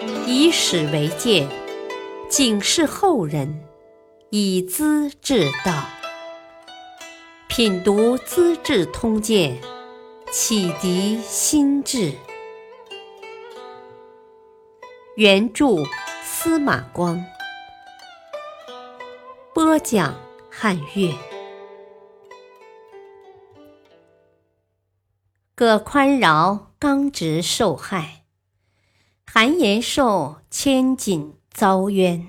以史为鉴，警示后人，以资治道。品读《资治通鉴》，启迪心智。原著司马光，播讲汉乐。葛宽饶刚直受害，韩延寿牵锦遭冤。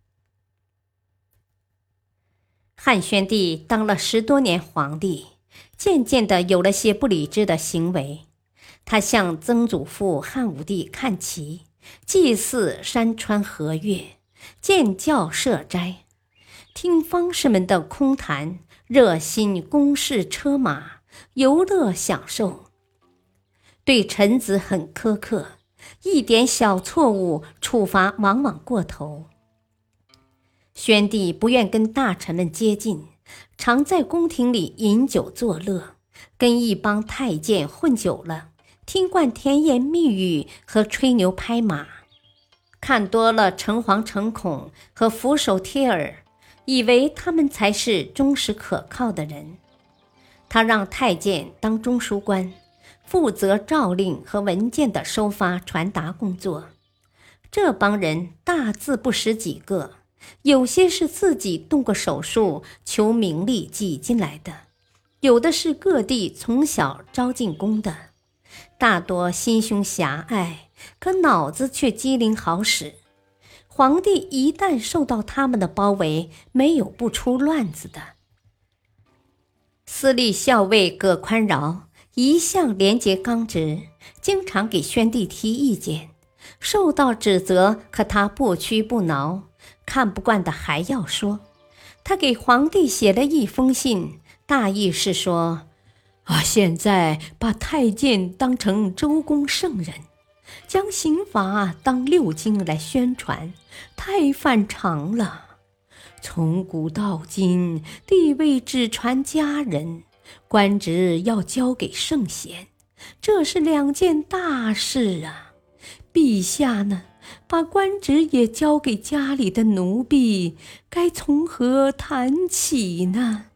汉宣帝当了10多年皇帝，渐渐地有了些不理智的行为。他向曾祖父汉武帝看齐，祭祀山川河岳，建教设斋，听方士们的空谈，热心公事车马，游乐享受。对臣子很苛刻，一点小错误处罚往往过头。宣帝不愿跟大臣们接近，常在宫廷里饮酒作乐，跟一帮太监混久了，听惯甜言蜜语和吹牛拍马，看多了诚惶诚恐和俯首帖耳，以为他们才是忠实可靠的人。他让太监当中书官，负责诏令和文件的收发传达工作。这帮人大字不识几个，有些是自己动过手术求名利挤进来的，有的是各地从小招进宫的，大多心胸狭隘，可脑子却机灵好使。皇帝一旦受到他们的包围，没有不出乱子的。司隶校尉葛宽饶一向廉洁刚直，经常给宣帝提意见，受到指责，可他不屈不挠，看不惯的还要说。他给皇帝写了一封信，大意是说，现在把太监当成周公圣人，将刑罚当6经来宣传，太犯常了。从古到今，地位只传家人，官职要交给圣贤，这是2件大事啊。陛下呢，把官职也交给家里的奴婢，该从何谈起呢？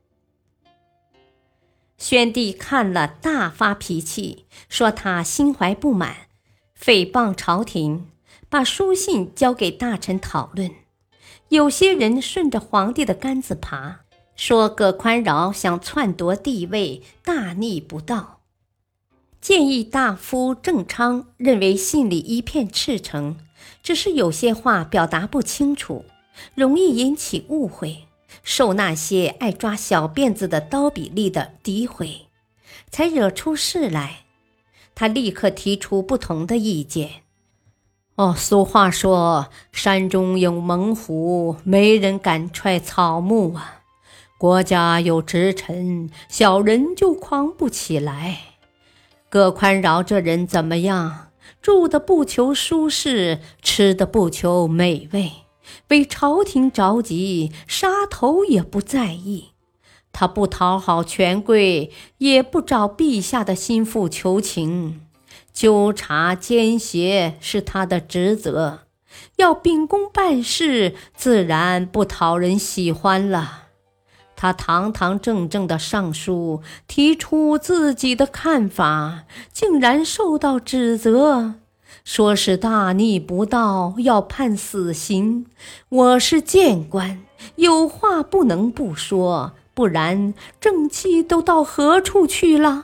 宣帝看了大发脾气，说他心怀不满，诽谤朝廷，把书信交给大臣讨论。有些人顺着皇帝的杆子爬，说葛宽饶想篡夺帝位，大逆不道。谏议大夫郑昌认为信里一片赤诚，只是有些话表达不清楚，容易引起误会，受那些爱抓小辫子的刀笔吏的诋毁，才惹出事来。他立刻提出不同的意见。俗话说，山中有猛虎，没人敢踹草木啊。国家有直臣，小人就狂不起来。葛宽饶这人怎么样？住的不求舒适，吃的不求美味，为朝廷着急，杀头也不在意。他不讨好权贵，也不找陛下的心腹求情，纠察奸邪是他的职责，要秉公办事，自然不讨人喜欢了。他堂堂正正的上书，提出自己的看法，竟然受到指责，说是大逆不道，要判死刑。我是谏官，有话不能不说，不然正气都到何处去了？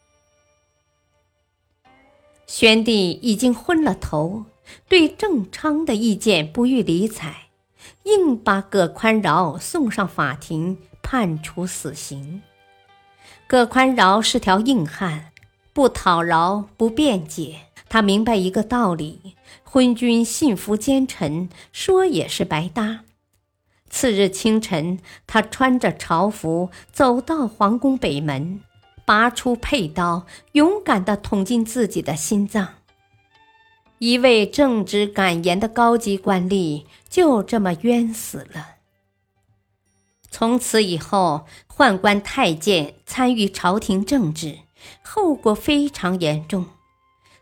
宣帝已经昏了头，对郑昌的意见不予理睬，硬把葛宽饶送上法庭，判处死刑。葛宽饶是条硬汉，不讨饶，不辩解。他明白一个道理，昏君信服奸臣，说也是白搭。次日清晨，他穿着朝服走到皇宫北门，拔出佩刀，勇敢地捅进自己的心脏。一位正直敢言的高级官吏就这么冤死了。从此以后，宦官太监参与朝廷政治，后果非常严重。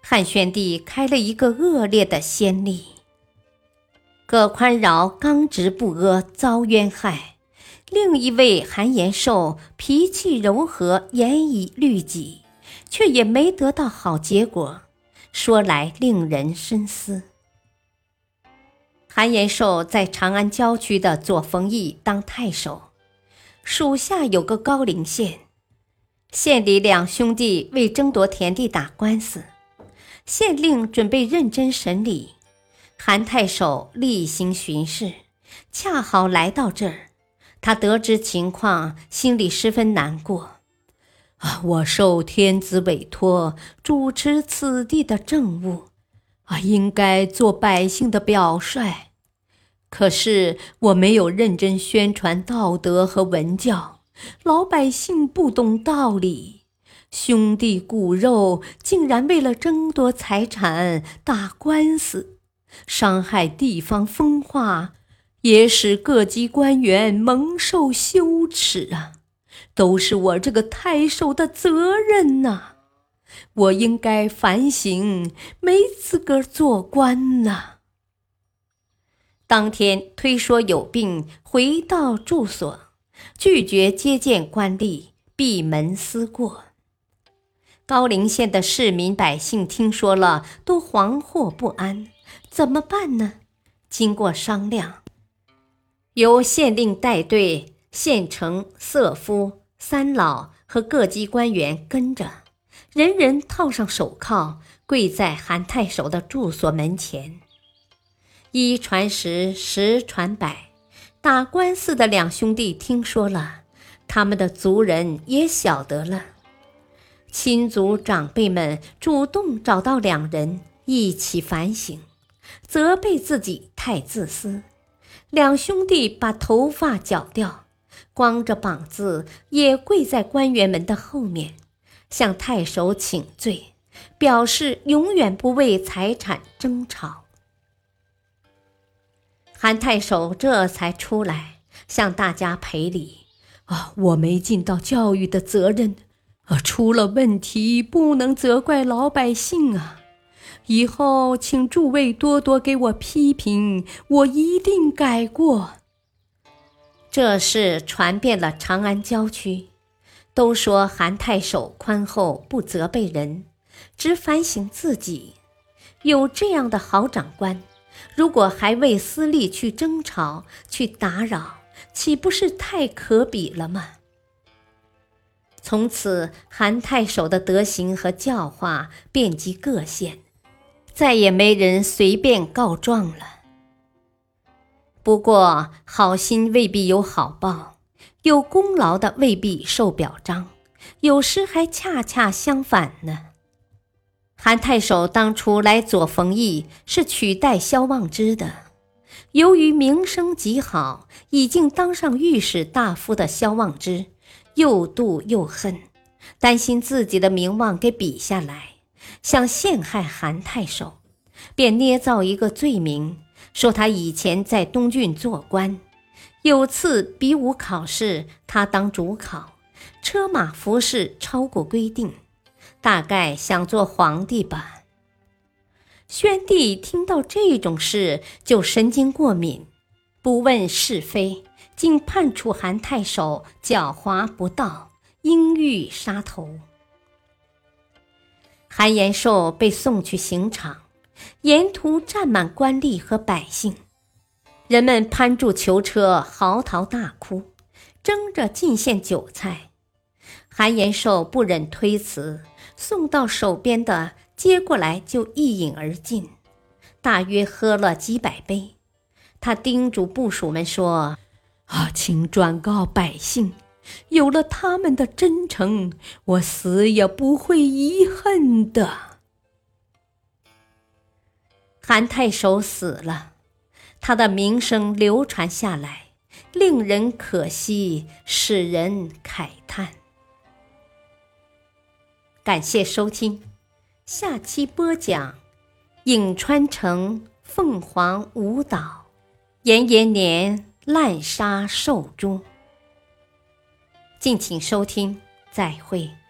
汉宣帝开了一个恶劣的先例。葛宽饶刚直不阿，遭冤害；另一位韩延寿脾气柔和，严以律己，却也没得到好结果，说来令人深思。韩延寿在长安郊区的左冯邑当太守，属下有个高陵县，县里两兄弟为争夺田地打官司，县令准备认真审理。韩太守例行巡视，恰好来到这儿，他得知情况，心里十分难过。我受天子委托，主持此地的政务，应该做百姓的表率。可是我没有认真宣传道德和文教，老百姓不懂道理，兄弟骨肉竟然为了争夺财产打官司，伤害地方风化，也使各级官员蒙受羞耻啊！都是我这个太守的责任呐！我应该反省，没资格做官呐！当天推说有病，回到住所，拒绝接见官吏，闭门思过。高陵县的市民百姓听说了，都惶惑不安，怎么办呢？经过商量，由县令带队，县丞、色夫、三老和各级官员跟着，人人套上手铐，跪在韩太守的住所门前。一传十，十传百，打官司的两兄弟听说了，他们的族人也晓得了。亲族长辈们主动找到两人，一起反省，责备自己太自私。两兄弟把头发绞掉，光着膀子也跪在官员们的后面，向太守请罪，表示永远不为财产争吵。韩太守这才出来向大家赔礼。我没尽到教育的责任，出了问题不能责怪老百姓啊！以后请诸位多多给我批评，我一定改过。这事传遍了长安郊区，都说韩太守宽厚，不责备人，只反省自己。有这样的好长官，如果还为私利去争吵、去打扰，岂不是太可比了吗？从此，韩太守的德行和教化遍及各县，再也没人随便告状了。不过，好心未必有好报，有功劳的未必受表彰，有时还恰恰相反呢。韩太守当初来左冯邑是取代萧望之的，由于名声极好，已经当上御史大夫的萧望之又妒又恨，担心自己的名望给比下来，想陷害韩太守，便捏造一个罪名，说他以前在东郡做官，有次比武考试他当主考，车马服饰超过规定，大概想做皇帝吧。宣帝听到这种事就神经过敏，不问是非，竟判处韩太守狡猾不道，应狱杀头。韩延寿被送去刑场，沿途站满官吏和百姓，人们攀住囚车，嚎啕大哭，争着进献酒菜。韩延寿不忍推辞，送到手边的接过来就一饮而尽，大约喝了几百杯。他叮嘱部属们说：请转告百姓，有了他们的真诚，我死也不会遗恨的。韩太守死了，他的名声流传下来，令人可惜，使人慨叹。感谢收听，下期播讲颍川城凤凰舞蹈，延延年滥杀受诛。敬请收听，再会。